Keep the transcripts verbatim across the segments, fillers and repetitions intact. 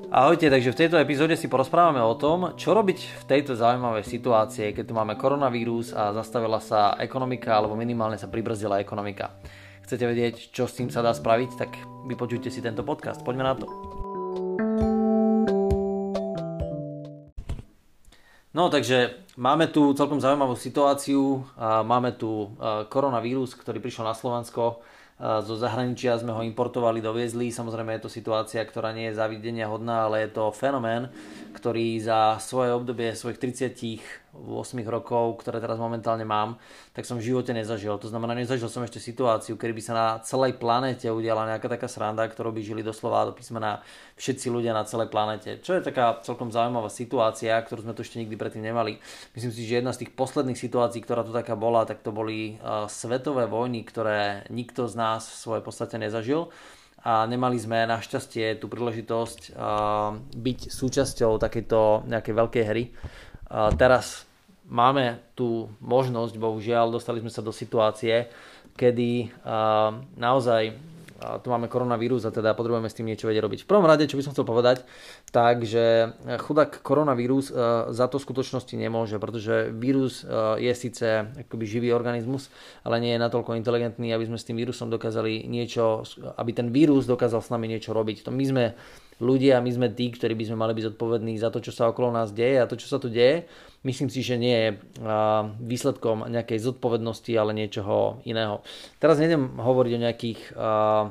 Ahojte, takže v tejto epizóde si porozprávame o tom, čo robiť v tejto zaujímavej situácii, keď tu máme koronavírus a zastavila sa ekonomika alebo minimálne sa pribrzdila ekonomika. Chcete vedieť, čo s tým sa dá spraviť, tak vypočujte si tento podcast. Poďme na to. No takže máme tu celkom zaujímavú situáciu, máme tu koronavírus, ktorý prišiel na Slovensko. Zo zahraničia sme ho importovali, doviezli. Samozrejme je to situácia, ktorá nie je závidenia hodná, ale je to fenomén, ktorý za svoje obdobie, svojich tridsaťosem rokov, ktoré teraz momentálne mám, tak som v živote nezažil. To znamená, nezažil som ešte situáciu, kedy by sa na celej planéte udiala nejaká taká sranda, ktorou by žili doslova do písmena všetci ľudia na celej planéte. Čo je taká celkom zaujímavá situácia, ktorú sme tu ešte nikdy predtým nemali. Myslím si, že jedna z tých posledných situácií, ktorá tu taká bola, tak to boli uh, svetové vojny, ktoré nikto z nás v svojej podstate nezažil. A nemali sme našťastie tú príležitosť uh, byť súčasťou takejto nejakej veľkej hry. Uh, teraz máme tú možnosť, bohužiaľ, dostali sme sa do situácie, kedy uh, naozaj uh, tu máme koronavírus a teda potrebujeme s tým niečo vedieť robiť. V prvom rade, čo by som chcel povedať, takže chudák koronavírus uh, za to v skutočnosti nemôže, pretože vírus uh, je síce akoby živý organizmus, ale nie je natoľko inteligentný, aby sme s tým vírusom dokázali niečo, aby ten vírus dokázal s nami niečo robiť. To my sme ľudia, my sme tí, ktorí by sme mali byť zodpovední za to, čo sa okolo nás deje, a to, čo sa tu deje, myslím si, že nie je výsledkom nejakej zodpovednosti, ale niečoho iného. Teraz nejdem hovoriť o nejakých a, a,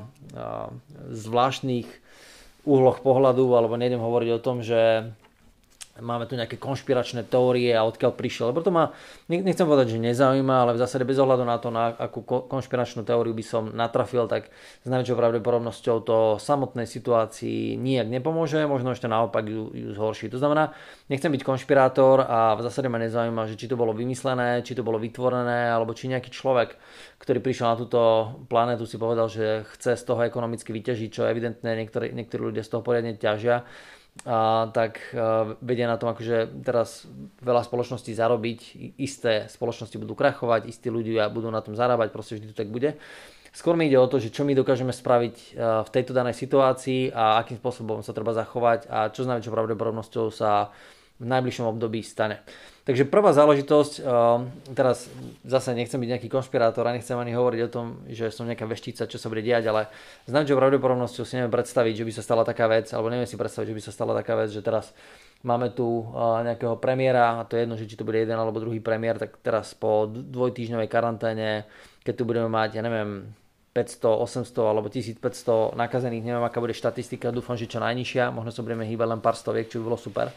zvláštnych úhloch pohľadu, alebo nejdem hovoriť o tom, že máme tu nejaké konšpiračné teórie a odkiaľ prišiel, lebo to ma, nechcem povedať, že nezaujíma, ale v zásade bez ohľadu na to, na akú konšpiračnú teóriu by som natrafil, tak s najväčšou pravdepodobnosťou to samotnej situácii nijak nepomôže, možno ešte naopak ju, ju zhorší. To znamená, nechcem byť konšpirátor a v zásade ma nezaujíma, že či to bolo vymyslené, či to bolo vytvorené, alebo či nejaký človek, ktorý prišiel na túto planetu, si povedal, že chce z toho ekonomicky vyťažiť, čo evidentne niektorí, niektorí ľudia z toho poriadne ťažia. A, tak a, vedia na tom, akože teraz veľa spoločností zarobiť, isté spoločnosti budú krachovať, istí ľudia budú na tom zarábať, proste vždy to tak bude. Skôr mi ide o to, že čo my dokážeme spraviť v tejto danej situácii a akým spôsobom sa treba zachovať a čo s najväčšou pravdepodobnosťou sa v najbližšom období stane. Takže prvá záležitosť, teraz zase nechcem byť nejaký konšpirátor a nechcem ani hovoriť o tom, že som nejaká veštica, čo sa bude diať, ale s najväčšou pravdepodobnosťou si neviem predstaviť, že by sa stala taká vec, alebo neviem si predstaviť, že by sa stala taká vec, že teraz máme tu nejakého premiéra, a to je jedno, že či to bude jeden alebo druhý premiér, tak teraz po dvojtýždňovej karanténe, keď tu budeme mať, ja neviem, päťsto, osemsto alebo tisícpäťsto nakazených, neviem aká bude štatistika, dúfam, že čo najnižšia, možno sa budeme hýbať len pár stoviek, čo by bolo super,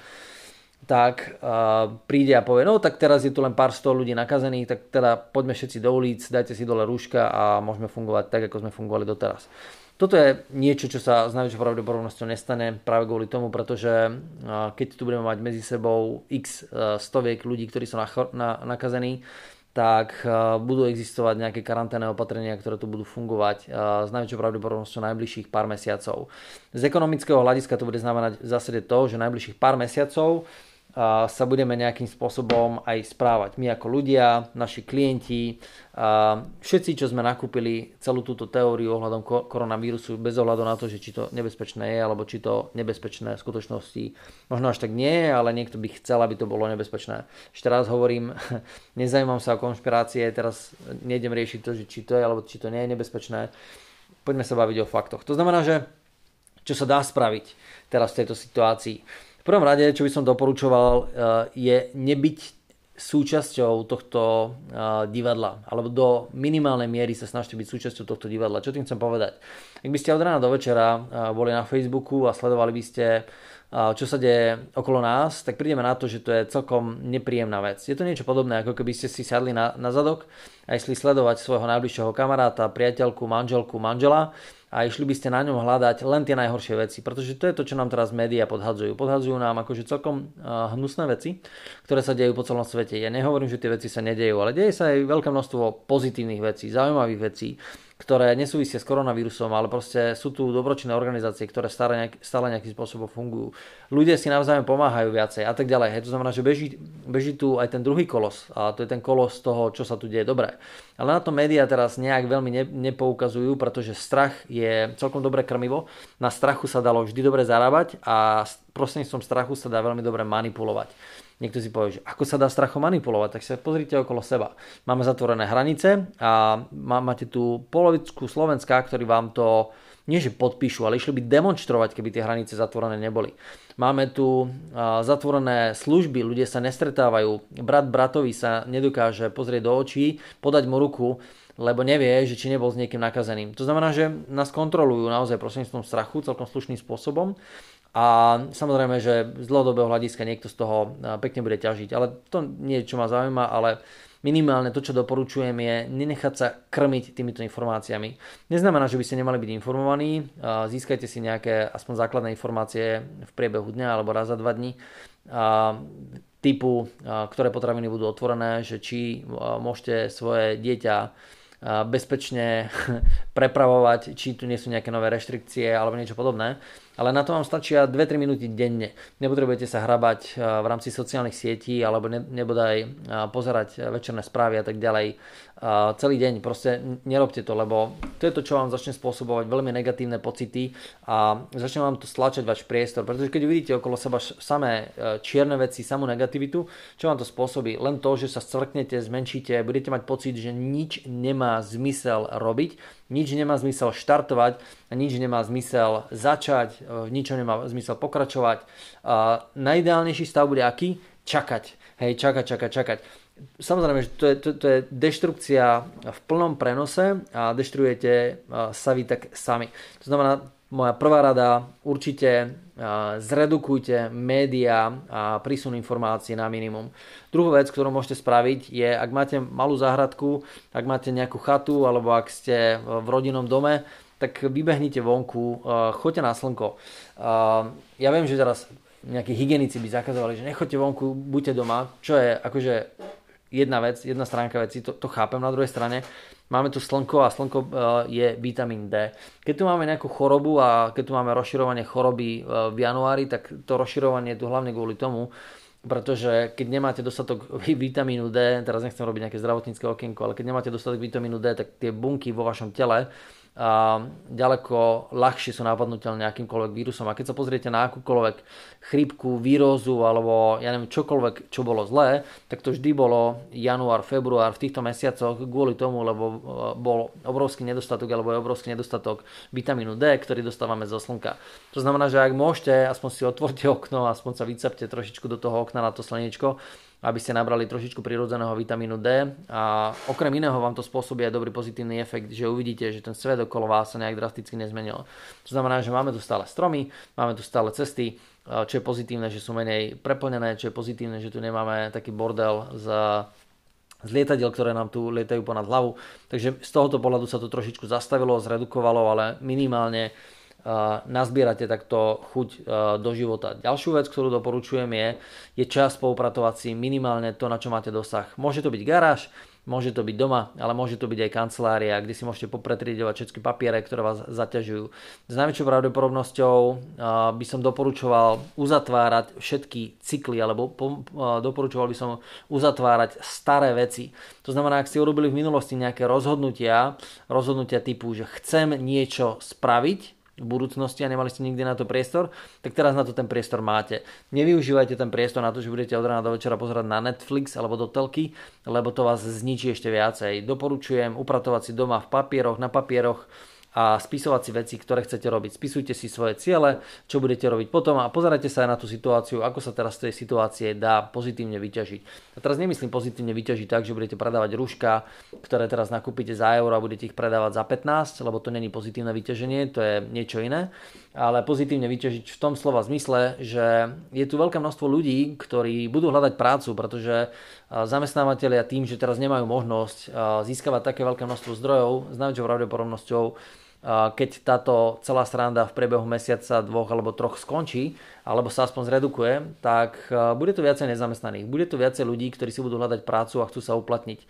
tak uh, príde a povie, no tak teraz je tu len pár sto ľudí nakazených, tak teda poďme všetci do ulic, dajte si dole rúška a môžeme fungovať tak, ako sme fungovali doteraz. Toto je niečo, čo sa s najväčšou pravdepodobnosťou nestane práve kvôli tomu, pretože uh, keď tu budeme mať medzi sebou x uh, stoviek ľudí, ktorí sú na, na, nakazení, tak uh, budú existovať nejaké karanténne opatrenia, ktoré tu budú fungovať uh, s najväčšou pravdepodobnosťou najbližších pár mesiacov. Z ekonomického hľadiska to bude znamenať v zásade to, že najbližších pár mesiacov sa budeme nejakým spôsobom aj správať. My ako ľudia, naši klienti, všetci, čo sme nakúpili celú túto teóriu ohľadom koronavírusu, bez ohľadu na to, že či to nebezpečné je, alebo či to nebezpečné v skutočnosti možno až tak nie je, ale niekto by chcel, aby to bolo nebezpečné. Ešte raz hovorím, nezaujímam sa o konšpirácie, teraz nejdem riešiť to, že či to je, alebo či to nie je nebezpečné. Poďme sa baviť o faktoch. To znamená, že čo sa dá spraviť teraz v tejto situácii. V prvom rade, čo by som doporučoval, je nebyť súčasťou tohto divadla, alebo do minimálnej miery sa snažte byť súčasťou tohto divadla. Čo tým chcem povedať? Ak by ste od rána do večera boli na Facebooku a sledovali by ste, čo sa deje okolo nás, tak prídeme na to, že to je celkom nepríjemná vec. Je to niečo podobné, ako keby ste si sadli na, na zadok a išli sledovať svojho najbližšieho kamaráta, priateľku, manželku, manžela a išli by ste na ňom hľadať len tie najhoršie veci, pretože to je to, čo nám teraz médiá podhadzujú. Podhadzujú nám akože celkom hnusné veci, ktoré sa dejú po celom svete. Ja nehovorím, že tie veci sa nedejú, ale deje sa aj veľké množstvo pozitívnych vecí, zaujímavých vecí, ktoré nesúvisia s koronavírusom, ale proste sú tu dobročinné organizácie, ktoré stále, nejak, stále nejakým spôsobom fungujú. Ľudia si navzájom pomáhajú viacej a tak ďalej. Hej. To znamená, že beží, beží tu aj ten druhý kolos a to je ten kolos toho, čo sa tu deje dobré. Ale na to médiá teraz nejak veľmi ne, nepoukazujú, pretože strach je celkom dobré krmivo. Na strachu sa dalo vždy dobre zarábať a prostredníctvom strachu sa dá veľmi dobre manipulovať. Niekto si povie, že ako sa dá strachom manipulovať, tak sa pozrite okolo seba. Máme zatvorené hranice a máte tu polovičku Slovenska, ktorí vám to nie že podpíšu, ale išli by demonštrovať, keby tie hranice zatvorené neboli. Máme tu zatvorené služby, ľudia sa nestretávajú, brat bratovi sa nedokáže pozrieť do očí, podať mu ruku, lebo nevie, že či nebol s niekým nakazeným. To znamená, že nás kontrolujú naozaj prostredníctvom strachu celkom slušným spôsobom. A samozrejme, že z dlhodobého hľadiska niekto z toho pekne bude ťažiť. Ale to nie je, čo ma zaujíma, ale minimálne to, čo doporučujem, je nenechať sa krmiť týmito informáciami. Neznamená, že by ste nemali byť informovaní. Získajte si nejaké aspoň základné informácie v priebehu dňa alebo raz za dva dní. Typu, ktoré potraviny budú otvorené, že či môžete svoje dieťa bezpečne prepravovať, či tu nie sú nejaké nové reštrikcie alebo niečo podobné. Ale na to vám stačia dve tri minúty denne. Nepotrebujete sa hrabať v rámci sociálnych sietí alebo nebodaj pozerať večerné správy a tak ďalej. Celý deň proste nerobte to, lebo to je to, čo vám začne spôsobovať veľmi negatívne pocity a začne vám to stlačať váš priestor. Pretože keď vidíte okolo seba samé čierne veci, samú negativitu, čo vám to spôsobí? Len to, že sa scvrknete, zmenšíte, budete mať pocit, že nič nemá zmysel robiť, nič nemá zmysel štartovať a nič nemá zmysel začať, nič nemá zmysel pokračovať. Najideálnejší stav bude aký? Čakať. Hej, čakať, čakať, čakať. Samozrejme, že to je, to, to je deštrukcia v plnom prenose a deštruujete sa vy tak sami. To znamená, moja prvá rada, určite zredukujte médiá a prísun informácií na minimum. Druhú vec, ktorú môžete spraviť, je, ak máte malú záhradku, ak máte nejakú chatu alebo ak ste v rodinnom dome, tak vybehnite vonku, choďte na slnko. Ja viem, že teraz nejakí hygienici by zakazovali, že nechoďte vonku, buďte doma, čo je akože jedna vec, jedna stránka veci, to, to chápem. Na druhej strane máme tu slnko a slnko je vitamín D. Keď tu máme nejakú chorobu a keď tu máme rozširovanie choroby v januári, tak to rozširovanie je tu hlavne kvôli tomu, pretože keď nemáte dostatok vitamínu D, teraz nechcem robiť nejaké zdravotnícke okienko, ale keď nemáte dostatok vitamínu D, tak tie bunky vo vašom tele a ďaleko ľahšie sú napadnutelné akýmkoľvek vírusom. A keď sa pozriete na akúkoľvek chrípku, vírózu alebo ja neviem čokoľvek, čo bolo zlé, tak to vždy bolo január, február v týchto mesiacoch kvôli tomu, lebo bol obrovský nedostatok alebo je obrovský nedostatok vitamínu D, ktorý dostávame zo slnka. To znamená, že ak môžete, aspoň si otvorte okno, aspoň sa vycepte trošičku do toho okna na to slniečko, aby ste nabrali trošičku prirodzeného vitamínu D a okrem iného vám to spôsobí aj dobrý pozitívny efekt, že uvidíte, že ten svet okolo vás sa nejak drasticky nezmenil. To znamená, že máme tu stále stromy, máme tu stále cesty, čo je pozitívne, že sú menej preplnené, čo je pozitívne, že tu nemáme taký bordel z, z lietadiel, ktoré nám tu lietajú ponad hlavu. Takže z tohoto pohľadu sa to trošičku zastavilo, zredukovalo, ale minimálne nazbierate takto chuť do života. Ďalšiu vec, ktorú doporučujem je, je čas poupratovať si minimálne to, na čo máte dosah. Môže to byť garáž, môže to byť doma, ale môže to byť aj kancelária, kde si môžete popretriedovať všetky papiere, ktoré vás zaťažujú. S najväčšou pravdepodobnosťou by som doporučoval uzatvárať všetky cykly, alebo doporučoval by som uzatvárať staré veci. To znamená, ak ste urobili v minulosti nejaké rozhodnutia, rozhodnutia typu, že chcem niečo spraviť v budúcnosti a nemali ste nikdy na to priestor, tak teraz na to ten priestor máte. Nevyužívajte ten priestor na to, že budete od rána do večera pozerať na Netflix alebo do telky, lebo to vás zničí ešte viacej. Doporučujem upratovať si doma v papieroch, na papieroch a spisovať si veci, ktoré chcete robiť. Spisujte si svoje ciele, čo budete robiť potom a pozerajte sa aj na tú situáciu, ako sa teraz z tej situácie dá pozitívne vyťažiť. A teraz nemyslím pozitívne vyťažiť tak, že budete predávať rúška, ktoré teraz nakúpite za euro a budete ich predávať za pätnásť, lebo to není pozitívne vyťaženie, to je niečo iné. Ale pozitívne vyťažiť v tom slova zmysle, že je tu veľké množstvo ľudí, ktorí budú hľadať prácu, pretože zamestnávateľia tým, že teraz nemajú možnosť získavať také veľké množstvo zdrojov, s najväčšou pravdepodobnosťou, keď táto celá sranda v priebehu mesiaca, dvoch alebo troch skončí, alebo sa aspoň zredukuje, tak bude tu viacej nezamestnaných. Bude tu viacej ľudí, ktorí si budú hľadať prácu a chcú sa uplatniť.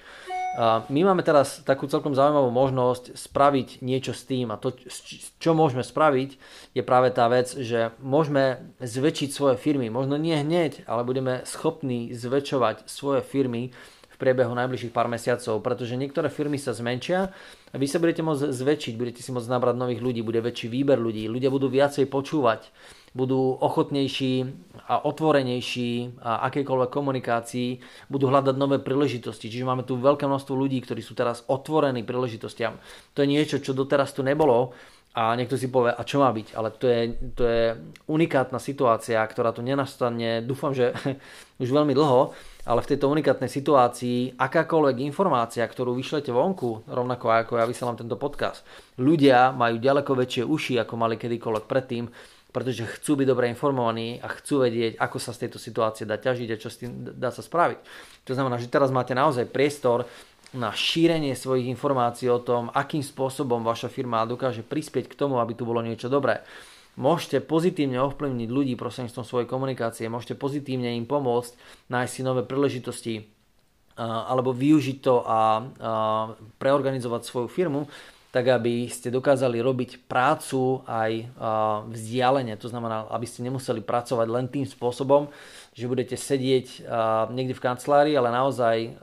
My máme teraz takú celkom zaujímavú možnosť spraviť niečo s tým a to, čo môžeme spraviť, je práve tá vec, že môžeme zväčšiť svoje firmy. Možno nie hneď, ale budeme schopní zväčšovať svoje firmy v priebehu najbližších pár mesiacov, pretože niektoré firmy sa zmenšia a vy sa budete môcť zväčšiť, budete si môcť nabrať nových ľudí, bude väčší výber ľudí, ľudia budú viacej počúvať, budú ochotnejší a otvorenejší a akejkoľvek komunikácii, budú hľadať nové príležitosti. Čiže máme tu veľké množstvo ľudí, ktorí sú teraz otvorení príležitostiam. To je niečo, čo doteraz tu nebolo a niekto si povie, a čo má byť? Ale to je, to je unikátna situácia, ktorá tu nenastane, dúfam, že už veľmi dlho, ale v tejto unikátnej situácii akákoľvek informácia, ktorú vyšlete vonku, rovnako ako ja vysielam tento podcast, ľudia majú ďaleko väčšie uši, ako mali kedykoľvek predtým, pretože chcú byť dobre informovaní a chcú vedieť, ako sa z tejto situácie dá ťažiť a čo s tým dá sa spraviť. To znamená, že teraz máte naozaj priestor na šírenie svojich informácií o tom, akým spôsobom vaša firma dokáže prispieť k tomu, aby tu bolo niečo dobré. Môžete pozitívne ovplyvniť ľudí prostredníctvom svojej komunikácie, môžete pozitívne im pomôcť nájsť si nové príležitosti alebo využiť to a preorganizovať svoju firmu, tak aby ste dokázali robiť prácu aj vzdialene. To znamená, aby ste nemuseli pracovať len tým spôsobom, že budete sedieť niekde v kancelárii, ale naozaj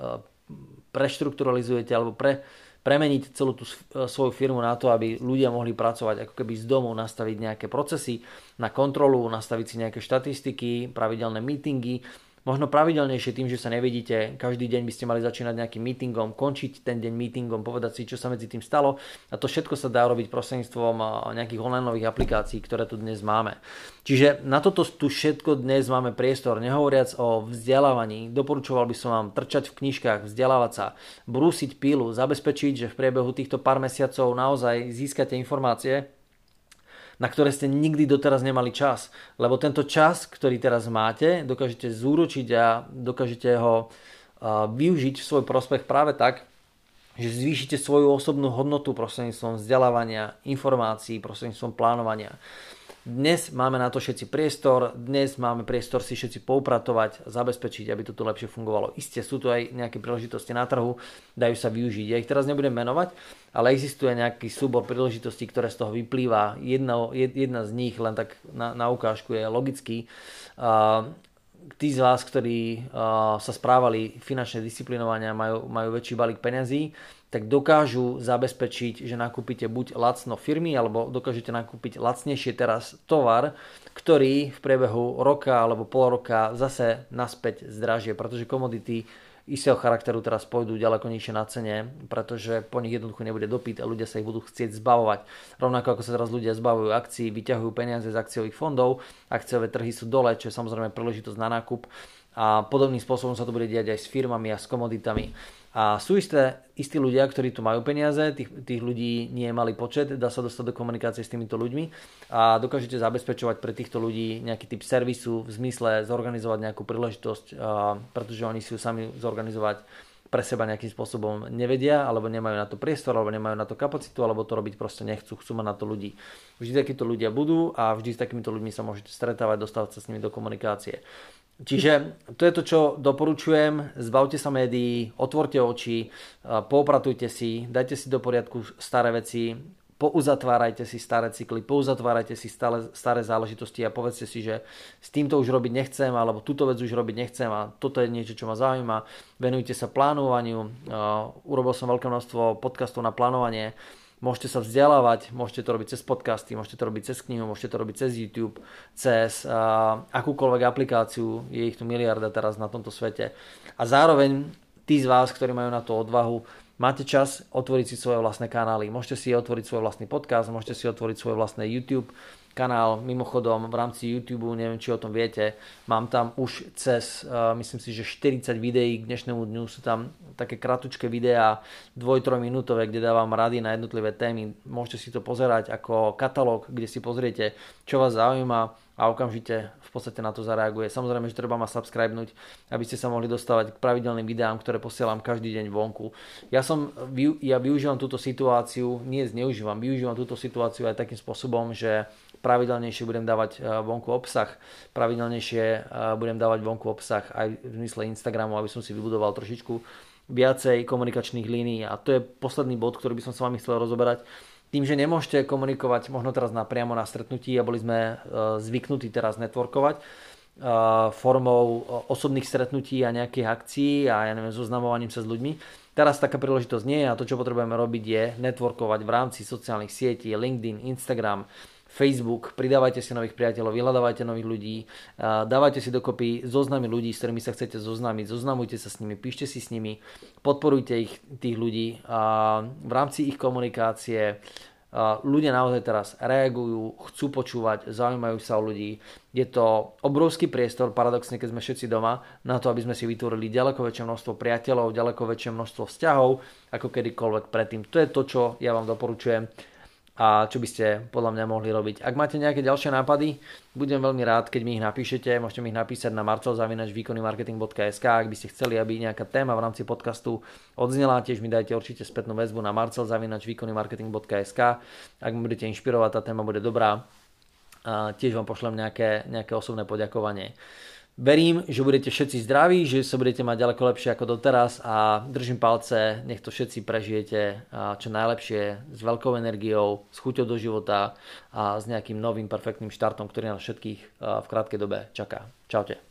preštrukturalizujete alebo pre, premeniť celú tú svoju firmu na to, aby ľudia mohli pracovať ako keby z domu, nastaviť nejaké procesy na kontrolu, nastaviť si nejaké štatistiky, pravidelné meetingy. Možno pravidelnejšie tým, že sa nevidíte, každý deň by ste mali začínať nejakým meetingom, končiť ten deň meetingom, povedať si, čo sa medzi tým stalo. A to všetko sa dá robiť prostredníctvom nejakých online aplikácií, ktoré tu dnes máme. Čiže na toto tu všetko dnes máme priestor. Nehovoriac o vzdelávaní, doporučoval by som vám trčať v knižkách, vzdelávať sa, brúsiť pílu, zabezpečiť, že v priebehu týchto pár mesiacov naozaj získate informácie, na ktoré ste nikdy doteraz nemali čas. Lebo tento čas, ktorý teraz máte, dokážete zúročiť a dokážete ho využiť v svoj prospech práve tak, že zvýšite svoju osobnú hodnotu prostredníctvom vzdelávania, informácií, prostredníctvom plánovania. Dnes máme na to všetci priestor, dnes máme priestor si všetci poupratovať, zabezpečiť, aby to tu lepšie fungovalo. Isté sú tu aj nejaké príležitosti na trhu, dajú sa využiť. Ja ich teraz nebudem menovať, ale existuje nejaký súbor príležitostí, ktoré z toho vyplýva. Jedna, jedna z nich, len tak na, na ukážku, je logický. Uh, tí z vás, ktorí uh, sa správali finančne disciplinovania, majú, majú väčší balík peňazí, tak dokážu zabezpečiť, že nakúpite buď lacno firmy, alebo dokážete nakúpiť lacnejšie teraz tovar, ktorý v priebehu roka alebo pol roka zase naspäť zdražie, pretože komodity istého charakteru teraz pôjdu ďaleko nižšie na cene, pretože po nich jednoducho nebude dopyt a ľudia sa ich budú chcieť zbavovať. Rovnako ako sa teraz ľudia zbavujú akcií, vyťahujú peniaze z akciových fondov, akciové trhy sú dole, čo je samozrejme príležitosť na nákup a podobným spôsobom sa to bude diať aj s firmami a s komoditami. A sú isté, istí ľudia, ktorí tu majú peniaze, tých, tých ľudí nie je malý počet, dá sa dostať do komunikácie s týmito ľuďmi a dokážete zabezpečovať pre týchto ľudí nejaký typ servisu v zmysle zorganizovať nejakú príležitosť, a, pretože oni si ju sami zorganizovať pre seba nejakým spôsobom nevedia, alebo nemajú na to priestor, alebo nemajú na to kapacitu, alebo to robiť proste nechcú, chcú mať na to ľudí. Vždy takíto ľudia budú a vždy s takýmito ľuďmi sa môžete stretávať, dostávať sa s nimi do komunikácie. Čiže to je to, čo doporučujem. Zbavte sa médií, otvorte oči, poupratujte si, dajte si do poriadku staré veci, pouzatvárajte si staré cykly, pouzatvárajte si staré, staré záležitosti a povedzte si, že s týmto už robiť nechcem, alebo túto vec už robiť nechcem a toto je niečo, čo ma zaujíma. Venujte sa plánovaniu. Urobil som veľké množstvo podcastov na plánovanie. Môžete sa vzdelávať, môžete to robiť cez podcasty, môžete to robiť cez knihu, môžete to robiť cez YouTube, cez uh, akúkoľvek aplikáciu, je ich tu miliarda teraz na tomto svete. A zároveň tí z vás, ktorí majú na to odvahu, máte čas otvoriť si svoje vlastné kanály. Môžete si otvoriť svoj vlastný podcast, môžete si otvoriť svoj vlastný YouTube kanál. Mimochodom, v rámci YouTube, neviem, či o tom viete, mám tam už cez, uh, myslím si, že štyridsať videí k dnešnému dňu. Sú tam také kratučké videá, dvoj tri minútové, kde dávam rady na jednotlivé témy. Môžete si to pozerať ako katalóg, kde si pozriete, čo vás zaujíma a okamžite v podstate na to zareaguje. Samozrejme, že treba ma subscribenúť, aby ste sa mohli dostávať k pravidelným videám, ktoré posielam každý deň vonku. Ja, som, ja využívam túto situáciu, nie zneužívam, využívam túto situáciu aj takým spôsobom, že pravidelnejšie budem dávať vonku obsah, pravidelnejšie budem dávať vonku obsah aj v zmysle Instagramu, aby som si vybudoval trošičku viacej komunikačných línií a to je posledný bod, ktorý by som s vami chcel rozoberať. Tým, že nemôžete komunikovať možno teraz napriamo na stretnutí a boli sme zvyknutí teraz networkovať formou osobných stretnutí a nejakých akcií a ja neviem, zoznamovaním sa s ľuďmi. Teraz taká príležitosť nie je a to, čo potrebujeme robiť, je networkovať v rámci sociálnych sietí, LinkedIn, Instagram, Facebook, pridávajte si nových priateľov, vyhľadávajte nových ľudí, dávajte si dokopy zoznamy ľudí, s ktorými sa chcete zoznámiť, zoznamujte sa s nimi, píšte si s nimi, podporujte ich, tých ľudí v rámci ich komunikácie. Ľudia naozaj teraz reagujú, chcú počúvať, zaujímajú sa o ľudí. Je to obrovský priestor, paradoxne, keď sme všetci doma, na to, aby sme si vytvorili ďaleko väčšie množstvo priateľov, ďaleko väčšie množstvo vzťahov, ako kedykoľvek predtým. To je to, čo ja vám doporučujem a čo by ste podľa mňa mohli robiť. Ak máte nejaké ďalšie nápady, budem veľmi rád, keď mi ich napíšete. Môžete mi ich napísať na marcel zavináč výkonný marketing bodka es ká. Ak by ste chceli, aby nejaká téma v rámci podcastu odznela, tiež mi dajte určite spätnú väzbu na marcel zavináč výkonný marketing bodka es ká. Ak mi budete inšpirovať, tá téma bude dobrá. A tiež vám pošlem nejaké, nejaké osobné poďakovanie. Verím, že budete všetci zdraví, že sa budete mať ďaleko lepšie ako doteraz a držím palce, nech to všetci prežijete čo najlepšie, s veľkou energiou, s chuťou do života a s nejakým novým perfektným štartom, ktorý nás všetkých v krátkej dobe čaká. Čaute.